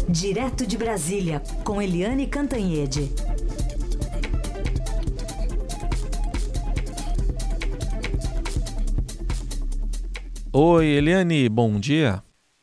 Direto de Brasília, com Eliane Cantanhede. Oi, Eliane, bom dia.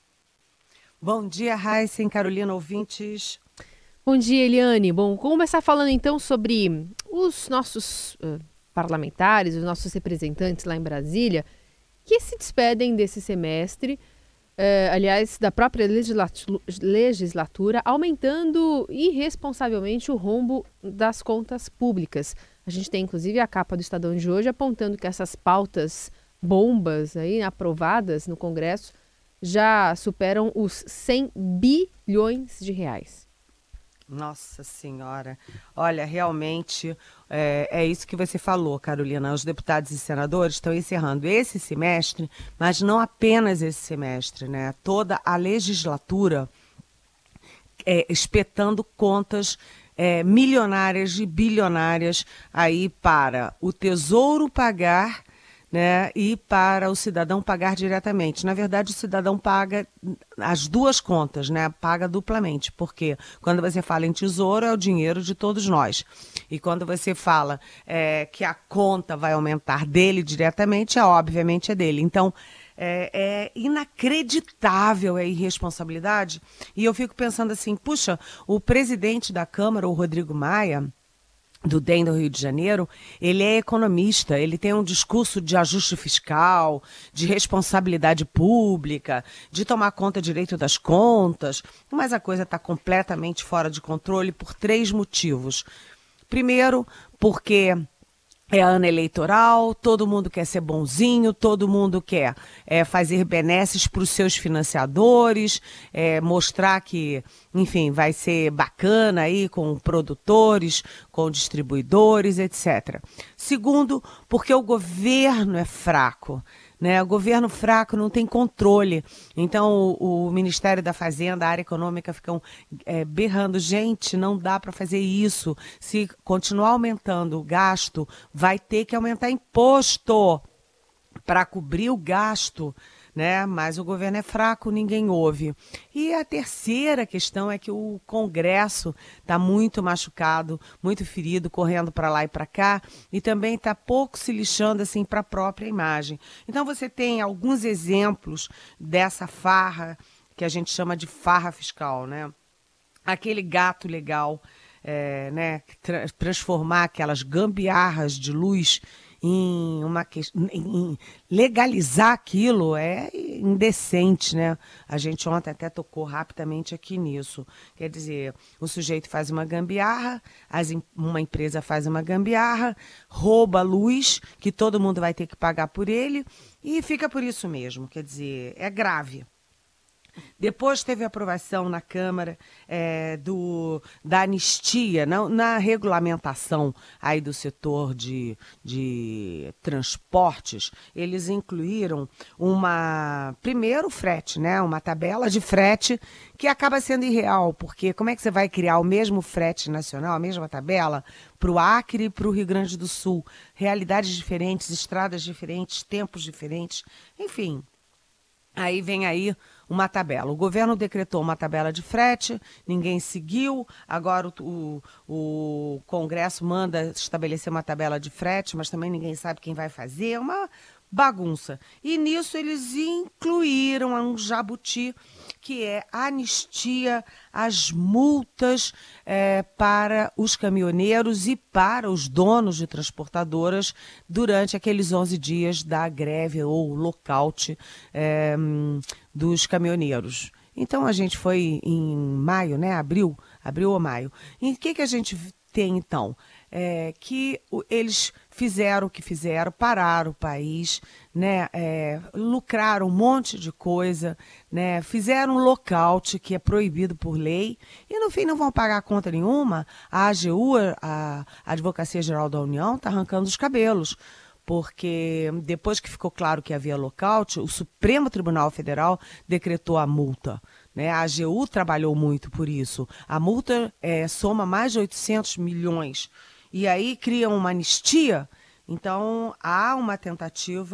Bom dia, Raíssa e Carolina, ouvintes. Bom dia, Eliane. Bom, vamos começar falando então sobre os nossos parlamentares, os nossos representantes lá em Brasília, que se despedem desse semestre, aliás, da própria legislatura, aumentando irresponsavelmente o rombo das contas públicas. A gente tem, inclusive, a capa do Estadão de hoje apontando que essas pautas bombas aí, aprovadas no Congresso já superam os 100 bilhões de reais. Nossa Senhora, olha, realmente é isso que você falou, Carolina. Os deputados e senadores estão encerrando esse semestre, mas não apenas esse semestre, né? Toda a legislatura espetando contas milionárias e bilionárias aí para o Tesouro pagar, né, e para o cidadão pagar diretamente. Na verdade, o cidadão paga as duas contas, né, paga duplamente, porque quando você fala em tesouro, é o dinheiro de todos nós. E quando você fala que a conta vai aumentar dele diretamente, obviamente é dele. Então, é inacreditável a irresponsabilidade. E eu fico pensando assim, puxa, o presidente da Câmara, o Rodrigo Maia, do DEM do Rio de Janeiro, ele é economista, ele tem um discurso de ajuste fiscal, de responsabilidade pública, de tomar conta direito das contas, mas a coisa está completamente fora de controle por 3 motivos. Primeiro, porque é ano eleitoral, todo mundo quer ser bonzinho, todo mundo quer fazer benesses para os seus financiadores, mostrar que, enfim, vai ser bacana aí com produtores, com distribuidores, etc. Segundo, porque o governo é fraco, né? O governo fraco não tem controle. Então, o Ministério da Fazenda, a área econômica ficam berrando, gente, não dá para fazer isso. Se continuar aumentando o gasto, vai ter que aumentar imposto para cobrir o gasto, né? Mas o governo é fraco, ninguém ouve. E a terceira questão é que o Congresso está muito machucado, muito ferido, correndo para lá e para cá, e também está pouco se lixando assim para a própria imagem. Então você tem alguns exemplos dessa farra, que a gente chama de farra fiscal, né? Aquele gato legal, né? Transformar aquelas gambiarras de luz em legalizar aquilo é indecente, né? A gente ontem até tocou rapidamente aqui nisso. Quer dizer, o sujeito faz uma gambiarra, uma empresa faz uma gambiarra, rouba a luz, que todo mundo vai ter que pagar por ele, e fica por isso mesmo. Quer dizer, é grave. Depois teve aprovação na Câmara da anistia, na regulamentação aí do setor de transportes. Eles incluíram primeiro frete, né? Uma tabela de frete que acaba sendo irreal, porque como é que você vai criar o mesmo frete nacional, a mesma tabela, para o Acre e para o Rio Grande do Sul? Realidades diferentes, estradas diferentes, tempos diferentes, enfim. Aí vem uma tabela. O governo decretou uma tabela de frete, ninguém seguiu, agora o Congresso manda estabelecer uma tabela de frete, mas também ninguém sabe quem vai fazer, é uma bagunça. E nisso eles incluíram um jabuti, que é anistia às multas para os caminhoneiros e para os donos de transportadoras durante aqueles 11 dias da greve ou lockout dos caminhoneiros. Então a gente foi em maio, né? Abril ou maio. E o que a gente tem então? Que eles fizeram o que fizeram, pararam o país, né? Lucraram um monte de coisa, né? Fizeram um lockout que é proibido por lei e no fim não vão pagar conta nenhuma. A AGU, a Advocacia Geral da União, está arrancando os cabelos, porque depois que ficou claro que havia lockout, o Supremo Tribunal Federal decretou a multa, né? A AGU trabalhou muito por isso. A multa soma mais de 800 milhões. E aí criam uma anistia, então há uma tentativa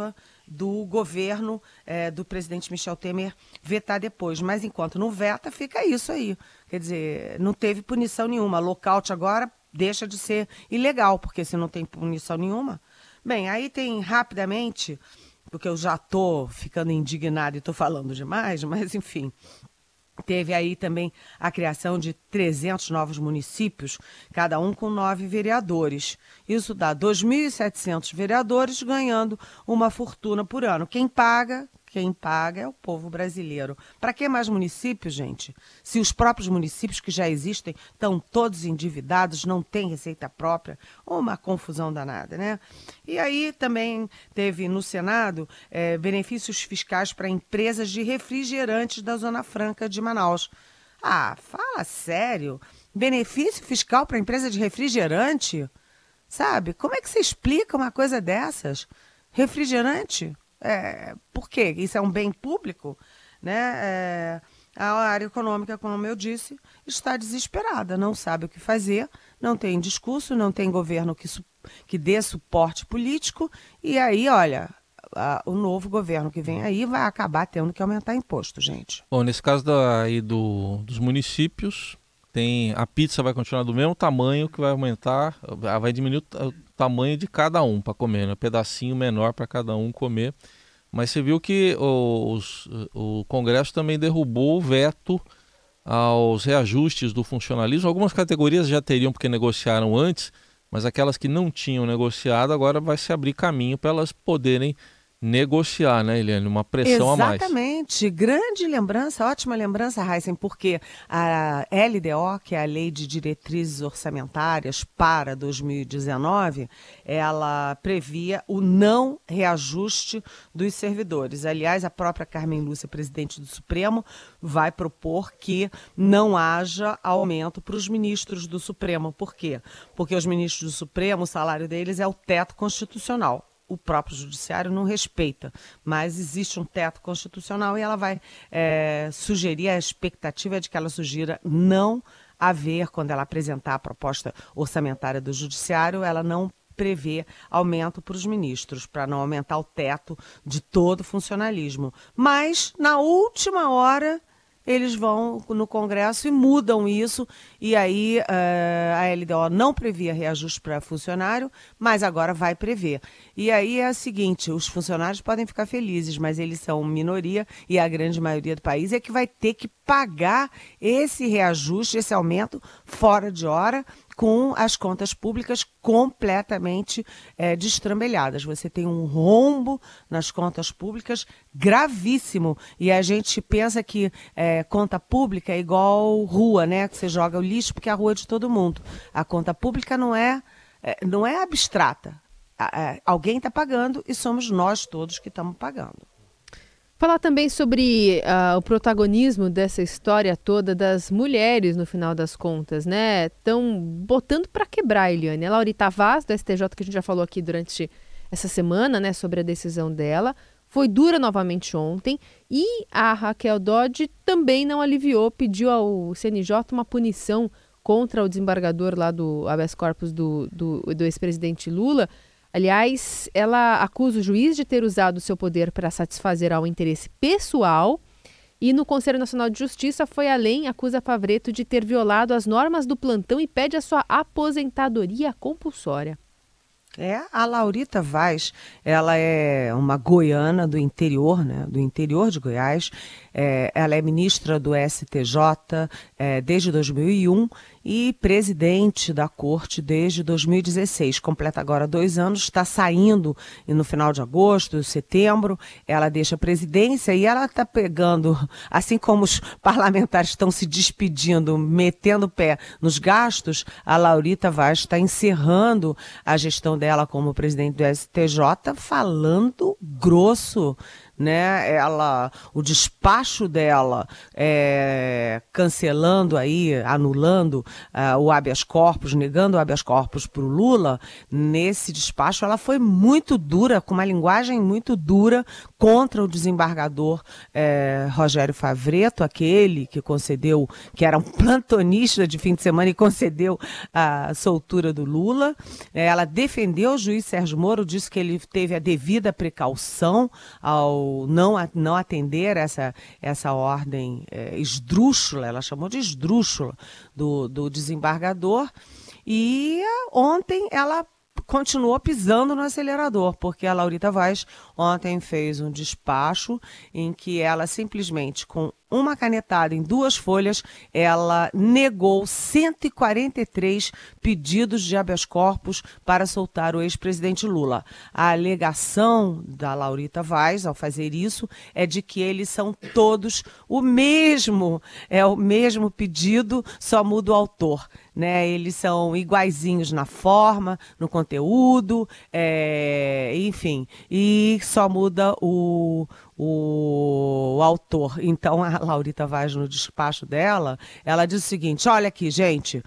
do governo do presidente Michel Temer vetar depois. Mas enquanto não veta, fica isso aí. Quer dizer, não teve punição nenhuma. Lockout agora deixa de ser ilegal, porque se não tem punição nenhuma... Bem, aí tem rapidamente, porque eu já estou ficando indignada e estou falando demais, mas enfim... Teve aí também a criação de 300 novos municípios, cada um com 9 vereadores. Isso dá 2.700 vereadores ganhando uma fortuna por ano. Quem paga é o povo brasileiro. Para que mais municípios, gente? Se os próprios municípios que já existem estão todos endividados, não têm receita própria, uma confusão danada, né? E aí também teve no Senado benefícios fiscais para empresas de refrigerantes da Zona Franca de Manaus. Ah, fala sério? Benefício fiscal para empresa de refrigerante? Sabe? Como é que você explica uma coisa dessas? Refrigerante? Por quê? Isso é um bem público, né? A área econômica, como eu disse, está desesperada, não sabe o que fazer, não tem discurso, não tem governo que dê suporte político, e aí, olha, o novo governo que vem aí vai acabar tendo que aumentar imposto, gente. Bom, nesse caso dos municípios, a pizza vai continuar do mesmo tamanho, que vai aumentar, vai diminuir o tamanho de cada um para comer, né? Um pedacinho menor para cada um comer. Mas você viu que o Congresso também derrubou o veto aos reajustes do funcionalismo. Algumas categorias já teriam porque negociaram antes, mas aquelas que não tinham negociado agora vai se abrir caminho para elas poderem negociar, né, Eliane? Uma pressão a mais. Exatamente. Grande lembrança, ótima lembrança, Heisen, porque a LDO, que é a Lei de Diretrizes Orçamentárias para 2019, ela previa o não reajuste dos servidores. Aliás, a própria Carmen Lúcia, presidente do Supremo, vai propor que não haja aumento para os ministros do Supremo. Por quê? Porque os ministros do Supremo, o salário deles é o teto constitucional. O próprio judiciário não respeita, mas existe um teto constitucional e ela vai sugerir, a expectativa é de que ela sugira não haver, quando ela apresentar a proposta orçamentária do judiciário, ela não prevê aumento para os ministros, para não aumentar o teto de todo o funcionalismo. Mas, na última hora, eles vão no Congresso e mudam isso, e aí a LDO não previa reajuste para funcionário, mas agora vai prever. E aí é o seguinte, os funcionários podem ficar felizes, mas eles são minoria, e a grande maioria do país é que vai ter que pagar esse reajuste, esse aumento, fora de hora, com as contas públicas completamente destrambelhadas. Você tem um rombo nas contas públicas gravíssimo. E a gente pensa que conta pública é igual rua, né? Que você joga o lixo porque a rua é de todo mundo. A conta pública não é abstrata. Alguém está pagando e somos nós todos que estamos pagando. Falar também sobre o protagonismo dessa história toda das mulheres, no final das contas, né? Estão botando para quebrar, Eliane. A Laurita Vaz, do STJ, que a gente já falou aqui durante essa semana, né, sobre a decisão dela, foi dura novamente ontem. E a Raquel Dodge também não aliviou, pediu ao CNJ uma punição contra o desembargador lá do habeas corpus do ex-presidente Lula. Aliás, ela acusa o juiz de ter usado o seu poder para satisfazer ao interesse pessoal e no Conselho Nacional de Justiça foi além, acusa Favretto de ter violado as normas do plantão e pede a sua aposentadoria compulsória. A Laurita Vaz, ela é uma goiana do interior, né, do interior de Goiás. Ela é ministra do STJ desde 2001 e presidente da corte desde 2016. Completa agora 2 anos, está saindo no final de agosto, setembro. Ela deixa a presidência e ela está pegando, assim como os parlamentares estão se despedindo, metendo o pé nos gastos, a Laurita Vaz está encerrando a gestão dela como presidente do STJ, falando grosso, né? O despacho dela cancelando aí, anulando o habeas corpus, negando o habeas corpus para o Lula, nesse despacho ela foi muito dura, com uma linguagem muito dura contra o desembargador Rogério Favretto, aquele que concedeu, que era um plantonista de fim de semana e concedeu a soltura do Lula. Ela defendeu o juiz Sérgio Moro, disse que ele teve a devida precaução ao não atender essa ordem esdrúxula, ela chamou de esdrúxula, do desembargador. E ontem ela continuou pisando no acelerador, porque a Laurita Vaz ontem fez um despacho em que ela simplesmente, com uma canetada em 2 folhas, ela negou 143 pedidos de habeas corpus para soltar o ex-presidente Lula. A alegação da Laurita Vaz, ao fazer isso, é de que eles são todos o mesmo pedido, só muda o autor, né? Eles são iguaizinhos na forma, no conteúdo, enfim, e só muda o autor. Então, a Laurita Vaz, no despacho dela, ela diz o seguinte: olha aqui, gente,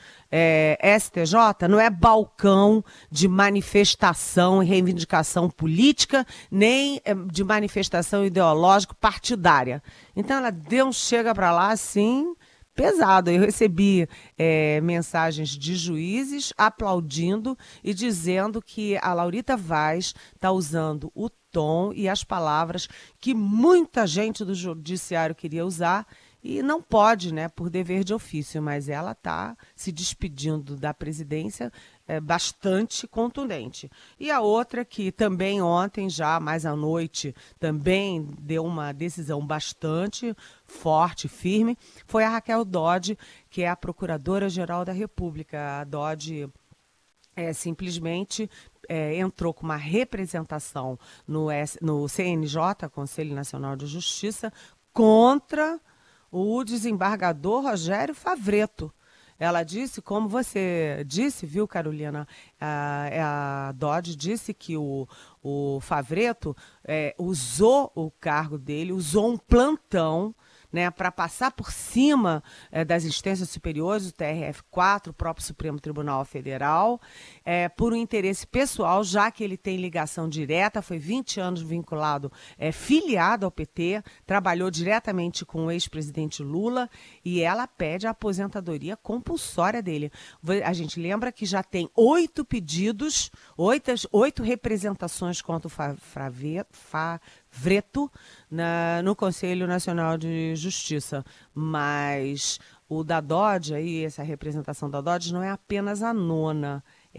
STJ não é balcão de manifestação e reivindicação política, nem de manifestação ideológica partidária. Então, ela deu um chega para lá, assim, pesado. Eu recebi mensagens de juízes aplaudindo e dizendo que a Laurita Vaz está usando o tom e as palavras que muita gente do judiciário queria usar e não pode, né, por dever de ofício, mas ela está se despedindo da presidência bastante contundente. E a outra que também ontem, já mais à noite, também deu uma decisão bastante forte, firme, foi a Raquel Dodge, que é a Procuradora-Geral da República. A Dodge simplesmente entrou com uma representação no CNJ, Conselho Nacional de Justiça, contra o desembargador Rogério Favretto. Ela disse, como você disse, viu, Carolina, a Dodge disse que o Favretto usou o cargo dele, usou um plantão, né, para passar por cima das instâncias superiores, do TRF4, o próprio Supremo Tribunal Federal, por um interesse pessoal, já que ele tem ligação direta, foi 20 anos vinculado, filiado ao PT, trabalhou diretamente com o ex-presidente Lula, e ela pede a aposentadoria compulsória dele. A gente lembra que já tem 8 pedidos, 8 representações contra o Favretto no Conselho Nacional de Justiça, mas o da Dodge, aí, essa representação da Dodge não é apenas a 9ª,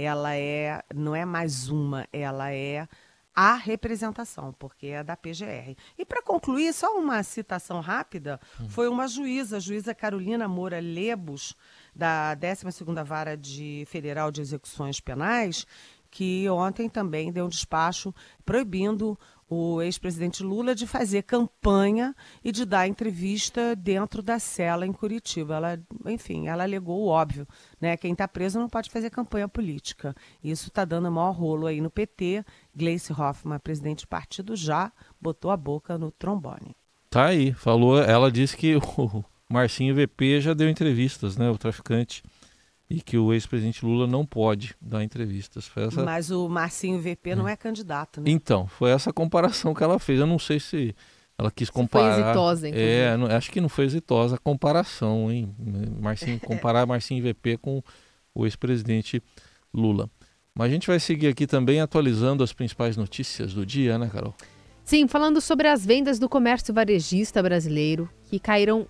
não é mais uma, ela é a representação, porque é da PGR. E para concluir, só uma citação rápida, foi uma juíza, a juíza Carolina Moura Lebos, da 12ª Vara Federal de Execuções Penais, que ontem também deu um despacho proibindo o ex-presidente Lula de fazer campanha e de dar entrevista dentro da cela em Curitiba. Ela alegou o óbvio, né? Quem está preso não pode fazer campanha política. Isso está dando maior rolo aí no PT. Gleice Hoffmann, presidente do partido, já botou a boca no trombone. Tá aí, falou. Ela disse que o Marcinho VP já deu entrevistas, né? O traficante. E que o ex-presidente Lula não pode dar entrevistas. Mas o Marcinho VP não é candidato, né? Então, foi essa comparação que ela fez. Eu não sei se ela quis comparar. Foi exitosa, inclusive. Acho que não foi exitosa a comparação, hein? Comparar Marcinho VP com o ex-presidente Lula. Mas a gente vai seguir aqui também atualizando as principais notícias do dia, né, Carol? Sim, falando sobre as vendas do comércio varejista brasileiro, que caíram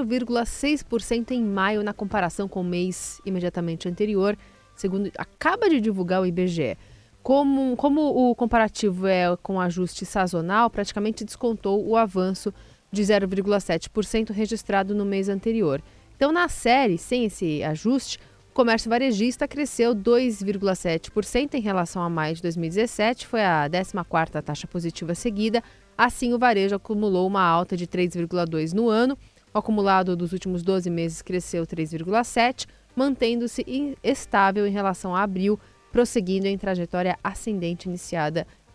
0,6% em maio na comparação com o mês imediatamente anterior, segundo acaba de divulgar o IBGE. Como o comparativo é com ajuste sazonal, praticamente descontou o avanço de 0,7% registrado no mês anterior. Então, na série, sem esse ajuste, o comércio varejista cresceu 2,7% em relação a maio de 2017, foi a 14ª taxa positiva seguida. Assim, o varejo acumulou uma alta de 3,2% no ano. O acumulado dos últimos 12 meses cresceu 3,7%, mantendo-se estável em relação a abril, prosseguindo em trajetória ascendente iniciada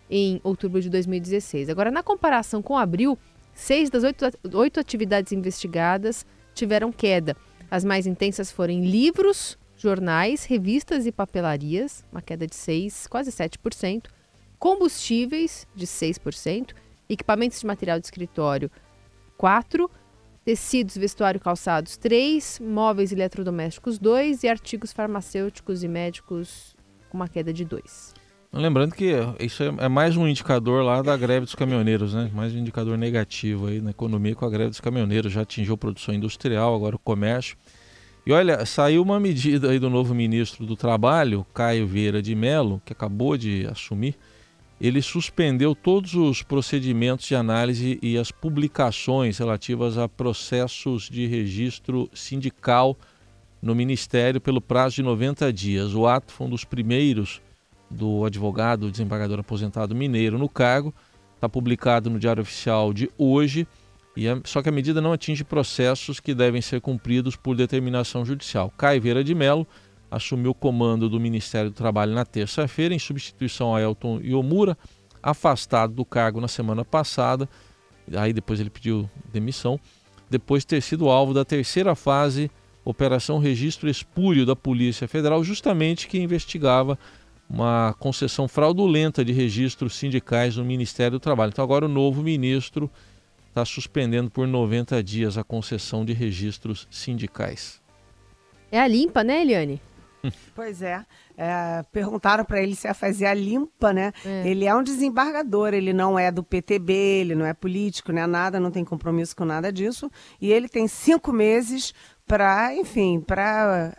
em outubro de 2016. Agora, na comparação com abril, 6 das 8 atividades investigadas tiveram queda. As mais intensas foram em livros, jornais, revistas e papelarias, uma queda de 6%, quase 7%, combustíveis, de 6%, equipamentos de material de escritório, 4%, tecidos, vestuário e calçados, 3%, móveis e eletrodomésticos, 2% e artigos farmacêuticos e médicos, com uma queda de 2%. Lembrando que isso é mais um indicador lá da greve dos caminhoneiros, né? Mais um indicador negativo aí na economia com a greve dos caminhoneiros. Já atingiu a produção industrial, agora o comércio. E olha, saiu uma medida aí do novo ministro do Trabalho, Caio Vieira de Mello, que acabou de assumir. Ele suspendeu todos os procedimentos de análise e as publicações relativas a processos de registro sindical no Ministério pelo prazo de 90 dias. O ato foi um dos primeiros do advogado desembargador aposentado mineiro no cargo, está publicado no Diário Oficial de hoje, só que a medida não atinge processos que devem ser cumpridos por determinação judicial. Caio Vieira de Mello assumiu o comando do Ministério do Trabalho na terça-feira, em substituição a Elton Iomura, afastado do cargo na semana passada, aí depois ele pediu demissão, depois de ter sido alvo da terceira fase, Operação Registro Espúrio da Polícia Federal, justamente que investigava uma concessão fraudulenta de registros sindicais no Ministério do Trabalho. Então agora o novo ministro está suspendendo por 90 dias a concessão de registros sindicais. É a limpa, né, Eliane? Pois é. Perguntaram para ele se ia fazer a limpa, né? Ele é um desembargador, ele não é do PTB, ele não é político, não é nada, não tem compromisso com nada disso. E ele tem 5 meses para, enfim, para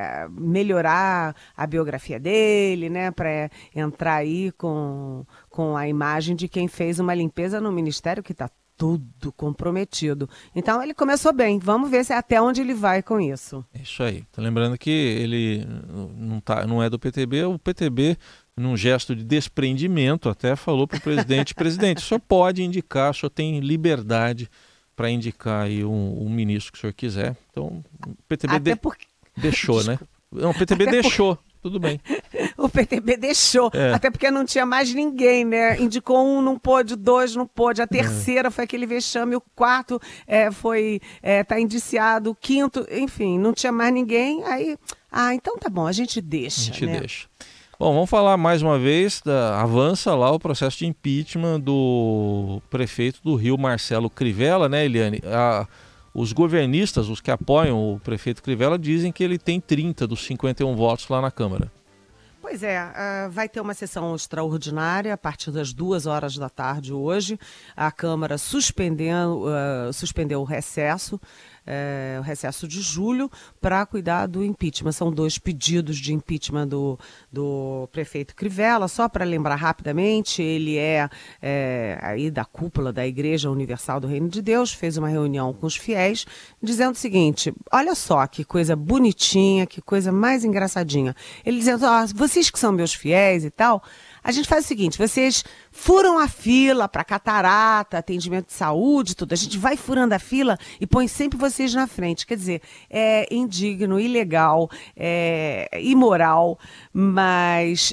melhorar a biografia dele, né? Para entrar aí com a imagem de quem fez uma limpeza no ministério que está tudo comprometido. Então ele começou bem. Vamos ver até onde ele vai com isso. É isso aí. Tô lembrando que ele não é do PTB. O PTB, num gesto de desprendimento, até falou para o presidente: presidente, o senhor pode indicar, o senhor tem liberdade para indicar aí um ministro que o senhor quiser. Então o PTB deixou, né? Não, o PTB deixou. Tudo bem. O PTB deixou, até porque não tinha mais ninguém, né? Indicou 1, não pôde, 2, não pôde. A terceira foi aquele vexame, o 4 tá indiciado, o 5º, enfim, não tinha mais ninguém. Aí, então tá bom, a gente deixa. Deixa. Bom, vamos falar mais uma vez, avança lá o processo de impeachment do prefeito do Rio, Marcelo Crivella, né, Eliane? Os governistas, os que apoiam o prefeito Crivella, dizem que ele tem 30 dos 51 votos lá na Câmara. Pois é, vai ter uma sessão extraordinária a partir das 2h da tarde hoje. A Câmara suspendeu o recesso de julho para cuidar do impeachment. São 2 pedidos de impeachment do prefeito Crivella. Só para lembrar rapidamente, ele é aí da cúpula da Igreja Universal do Reino de Deus, fez uma reunião com os fiéis, dizendo o seguinte: olha só que coisa bonitinha, que coisa mais engraçadinha. Ele dizendo: vocês que são meus fiéis e tal, a gente faz o seguinte: vocês furam a fila para catarata, atendimento de saúde, tudo. A gente vai furando a fila e põe sempre vocês na frente. Quer dizer, é indigno, ilegal, imoral, mas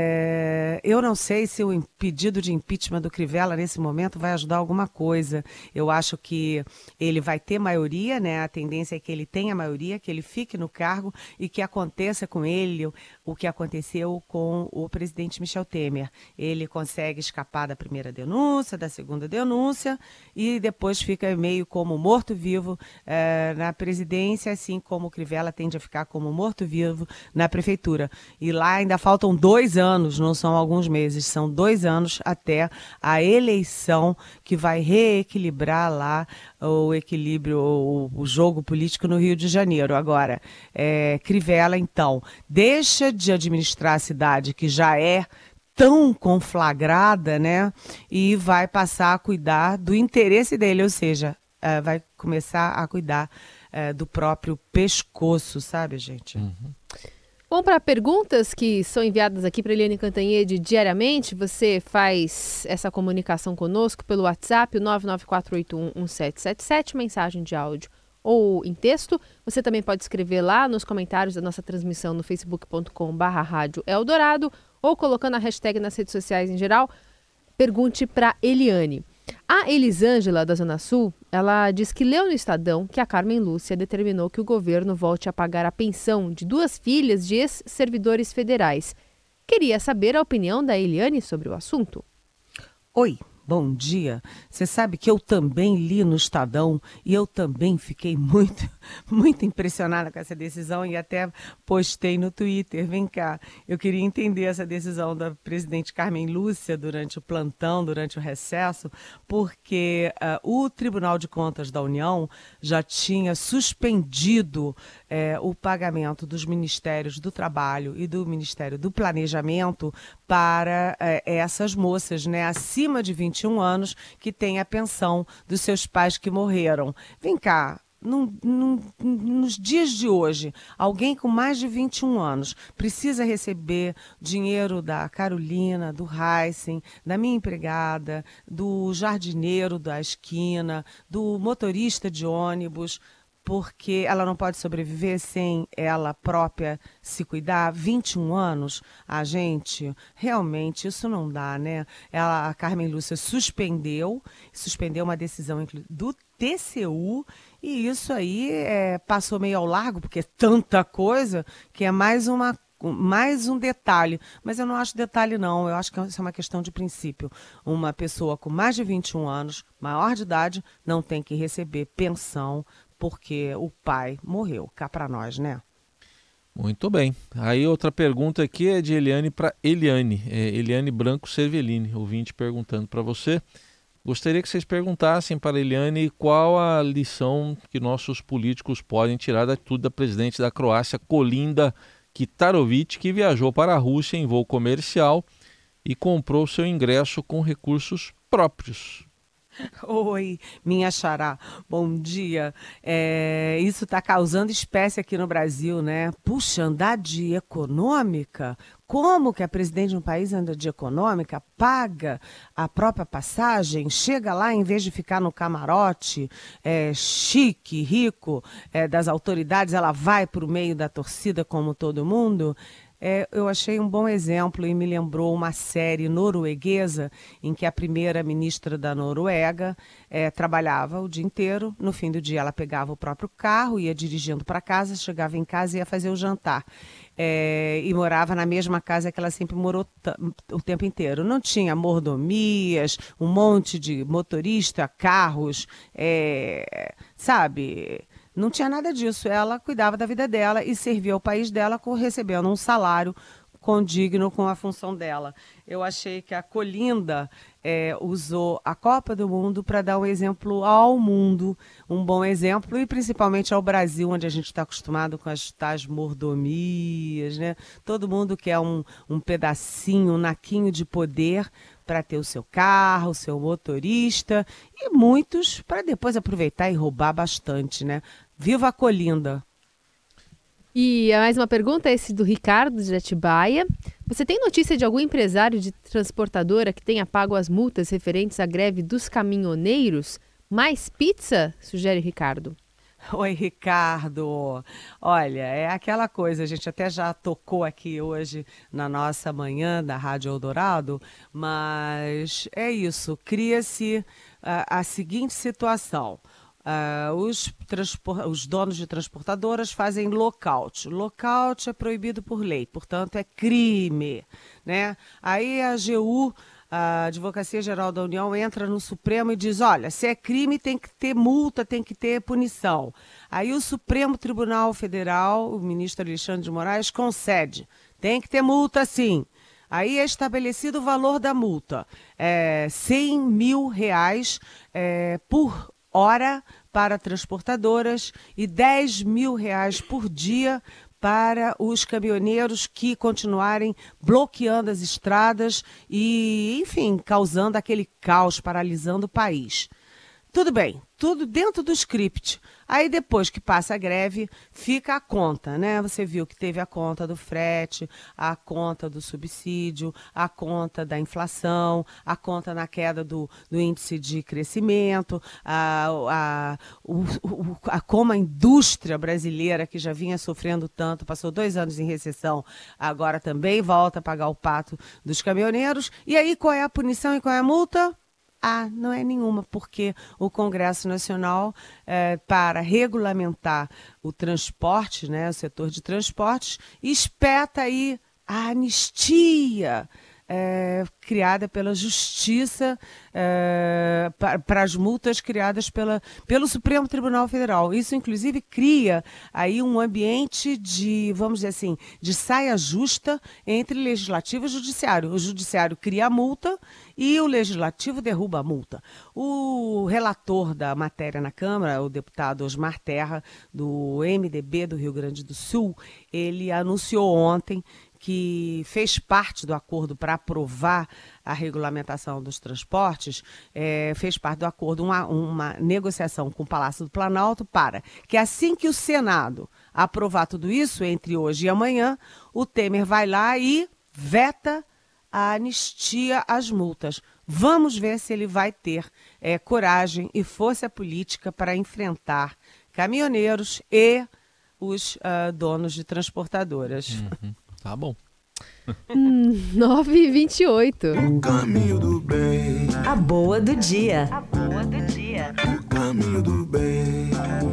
eu não sei se o pedido de impeachment do Crivella nesse momento vai ajudar alguma coisa. Eu acho que ele vai ter maioria, né? A tendência é que ele tenha maioria, que ele fique no cargo e que aconteça com ele o que aconteceu com o presidente Michel Temer. Ele consegue escapar da primeira denúncia, da segunda denúncia e depois fica meio como morto-vivo na presidência, assim como o Crivella tende a ficar como morto-vivo na prefeitura. E lá ainda faltam 2 anos, não são alguns meses, são 2 anos até a eleição que vai reequilibrar lá o equilíbrio, o jogo político no Rio de Janeiro. Agora, Crivella, então, deixa de administrar a cidade que já é tão conflagrada, né? E vai passar a cuidar do interesse dele, ou seja, vai começar a cuidar do próprio pescoço, sabe, gente? Bom, para perguntas que são enviadas aqui para Eliane Cantanhede diariamente, você faz essa comunicação conosco pelo WhatsApp, o 994811777, mensagem de áudio ou em texto. Você também pode escrever lá nos comentários da nossa transmissão no facebook.com/radioeldorado ou colocando a hashtag nas redes sociais em geral, pergunte para Eliane. A Elisângela, da Zona Sul, ela diz que leu no Estadão que a Carmen Lúcia determinou que o governo volte a pagar a pensão de 2 filhas de ex-servidores federais. Queria saber a opinião da Eliane sobre o assunto. Oi, bom dia. Você sabe que eu também li no Estadão e eu também fiquei muito impressionada com essa decisão e até postei no Twitter. Vem cá, eu queria entender essa decisão da presidente Carmen Lúcia durante o plantão, durante o recesso, porque o Tribunal de Contas da União já tinha suspendido o pagamento dos Ministérios do Trabalho e do Ministério do Planejamento para essas moças, né, acima de 21 anos, que têm a pensão dos seus pais que morreram. Vem cá, nos dias de hoje, alguém com mais de 21 anos precisa receber dinheiro da Carolina, do Heisen, da minha empregada, do jardineiro da esquina, do motorista de ônibus, porque ela não pode sobreviver sem ela própria se cuidar. 21 anos, gente, realmente isso não dá, né? A Carmen Lúcia suspendeu uma decisão do TCU, e isso aí passou meio ao largo, porque é tanta coisa que é mais um detalhe. Mas eu não acho detalhe, não. Eu acho que isso é uma questão de princípio. Uma pessoa com mais de 21 anos, maior de idade, não tem que receber pensão porque o pai morreu. Cá para nós, né? Muito bem. Aí outra pergunta aqui é de Eliane para Eliane. Eliane Branco Cervellini, ouvinte perguntando para você. Gostaria que vocês perguntassem para a Eliane qual a lição que nossos políticos podem tirar da atitude da presidente da Croácia, Kolinda Kitarović, que viajou para a Rússia em voo comercial e comprou seu ingresso com recursos próprios. Oi, minha xará, bom dia. Isso está causando espécie aqui no Brasil, né? Puxa, andar de econômica? Como que a presidente de um país anda de econômica, paga a própria passagem, chega lá em vez de ficar no camarote chique, rico das autoridades, ela vai para o meio da torcida como todo mundo? Eu achei um bom exemplo e me lembrou uma série norueguesa em que a primeira-ministra da Noruega trabalhava o dia inteiro. No fim do dia ela pegava o próprio carro, ia dirigindo para casa, chegava em casa e ia fazer o jantar. E morava na mesma casa que ela sempre morou o tempo inteiro. Não tinha mordomias, um monte de motorista, carros, sabe... Não tinha nada disso. Ela cuidava da vida dela e servia ao país dela recebendo um salário condigno com a função dela. Eu achei que a Kolinda usou a Copa do Mundo para dar um exemplo ao mundo, um bom exemplo, e principalmente ao Brasil, onde a gente está acostumado com as tais mordomias, né? Todo mundo quer um pedacinho, um naquinho de poder para ter o seu carro, o seu motorista, e muitos para depois aproveitar e roubar bastante, né? Viva a Kolinda! E mais uma pergunta, esse do Ricardo de Atibaia. Você tem notícia de algum empresário de transportadora que tenha pago as multas referentes à greve dos caminhoneiros? Mais pizza? Sugere Ricardo. Oi, Ricardo. Olha, é aquela coisa, a gente até já tocou aqui hoje na nossa manhã da Rádio Eldorado, mas é isso, cria-se a seguinte situação. Os donos de transportadoras fazem lockout. Lockout é proibido por lei, portanto é crime, né? Aí a AGU, a Advocacia Geral da União, entra no Supremo e diz, olha, se é crime tem que ter multa, tem que ter punição. Aí o Supremo Tribunal Federal, o ministro Alexandre de Moraes, concede, tem que ter multa sim. Aí é estabelecido o valor da multa, R$100 mil por hora para transportadoras e R$10 mil por dia para os caminhoneiros que continuarem bloqueando as estradas e, enfim, causando aquele caos, paralisando o país. tudo bem, tudo dentro do script. Aí depois que passa a greve, fica a conta, né? Você viu que teve a conta do frete, a conta do subsídio, a conta da inflação, a conta na queda do índice de crescimento, como a indústria brasileira, que já vinha sofrendo tanto, passou 2 anos em recessão, agora também volta a pagar o pato dos caminhoneiros. E aí qual é a punição e qual é a multa? Não é nenhuma, porque o Congresso Nacional, para regulamentar o transporte, né, o setor de transportes, espeta aí a anistia criada pela Justiça para as multas criadas pelo Supremo Tribunal Federal. Isso, inclusive, cria aí um ambiente de, vamos dizer assim, de saia justa entre Legislativo e Judiciário. O Judiciário cria a multa e o Legislativo derruba a multa. O relator da matéria na Câmara, o deputado Osmar Terra, do MDB do Rio Grande do Sul, ele anunciou ontem que fez parte do acordo para aprovar a regulamentação dos transportes, fez parte do acordo uma negociação com o Palácio do Planalto para que assim que o Senado aprovar tudo isso, entre hoje e amanhã, o Temer vai lá e veta a anistia às multas. Vamos ver se ele vai ter coragem e força política para enfrentar caminhoneiros e os donos de transportadoras. Uhum. Tá bom. 9h28. O caminho do bem. A boa do dia. O caminho do bem.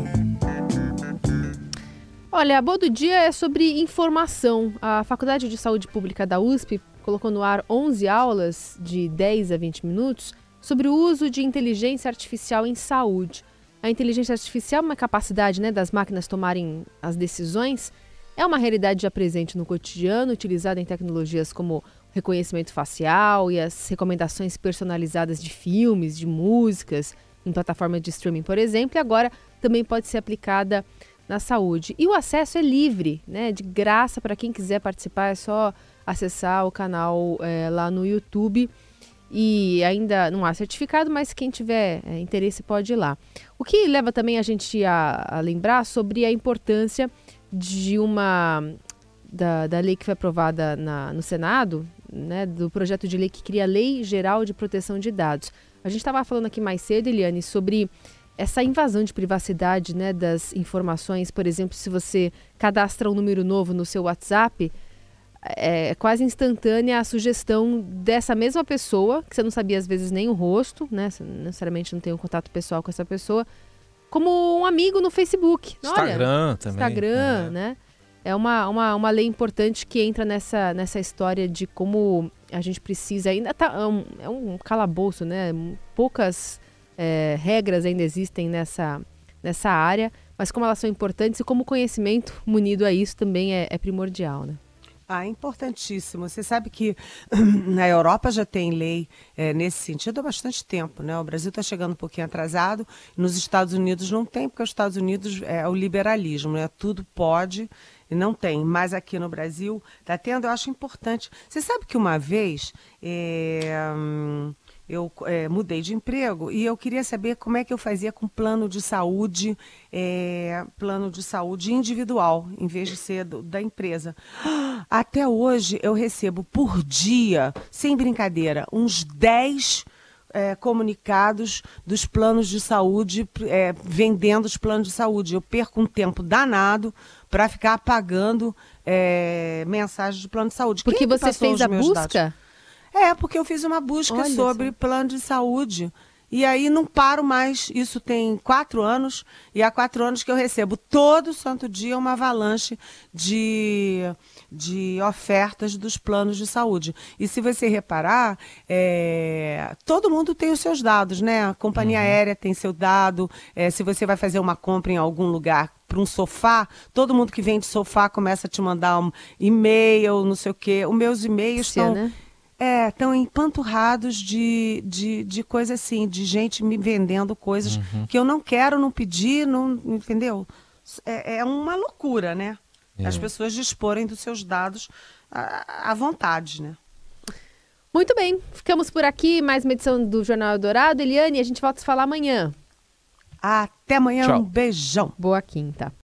Olha, a boa do dia é sobre informação. A Faculdade de Saúde Pública da USP colocou no ar 11 aulas de 10 a 20 minutos sobre o uso de inteligência artificial em saúde. A inteligência artificial é uma capacidade, né, das máquinas tomarem as decisões. É uma realidade já presente no cotidiano, utilizada em tecnologias como reconhecimento facial e as recomendações personalizadas de filmes, de músicas, em plataformas de streaming, por exemplo, e agora também pode ser aplicada na saúde. E o acesso é livre, né, de graça para quem quiser participar, é só acessar o canal lá no YouTube. E ainda não há certificado, mas quem tiver interesse pode ir lá. O que leva também a gente a lembrar sobre a importância de da lei que foi aprovada no Senado, né, do projeto de lei que cria a Lei Geral de Proteção de Dados. A gente estava falando aqui mais cedo, Eliane, sobre essa invasão de privacidade, né, das informações. Por exemplo, se você cadastra um número novo no seu WhatsApp, é quase instantânea a sugestão dessa mesma pessoa, que você não sabia às vezes nem o rosto, né, você necessariamente não tem um contato pessoal com essa pessoa, como um amigo no Facebook. Instagram. Olha, também. Instagram, né? É uma lei importante que entra nessa história de como a gente precisa... Ainda é um calabouço, né? Poucas regras ainda existem nessa área, mas como elas são importantes e como o conhecimento munido a isso também é primordial, né? Importantíssimo. Você sabe que na Europa já tem lei nesse sentido há bastante tempo, né? O Brasil está chegando um pouquinho atrasado, nos Estados Unidos não tem, porque os Estados Unidos é o liberalismo, né? Tudo pode e não tem. Mas aqui no Brasil está tendo, eu acho importante. Você sabe que uma vez eu mudei de emprego e eu queria saber como é que eu fazia com plano de saúde individual, em vez de ser da empresa. Até hoje eu recebo por dia, sem brincadeira, uns 10 comunicados dos planos de saúde, vendendo os planos de saúde. Eu perco um tempo danado para ficar apagando mensagens de plano de saúde. Porque você fez a busca? Dados? Porque eu fiz uma busca sobre plano de saúde. E aí não paro mais. Isso tem 4 anos. E há 4 anos que eu recebo todo santo dia uma avalanche de ofertas dos planos de saúde. E se você reparar, todo mundo tem os seus dados, né? A companhia aérea tem seu dado. Se você vai fazer uma compra em algum lugar para um sofá, todo mundo que vende sofá começa a te mandar um e-mail, não sei o quê. Os meus e-mails estão... né? Estão empanturrados de coisa assim, de gente me vendendo coisas que eu não quero, não pedi, não, entendeu? É uma loucura, né? As pessoas disporem dos seus dados à vontade, né? Muito bem, ficamos por aqui, mais uma edição do Jornal Eldorado. Eliane, a gente volta a se falar amanhã. Até amanhã, Tchau. um beijão. Boa quinta.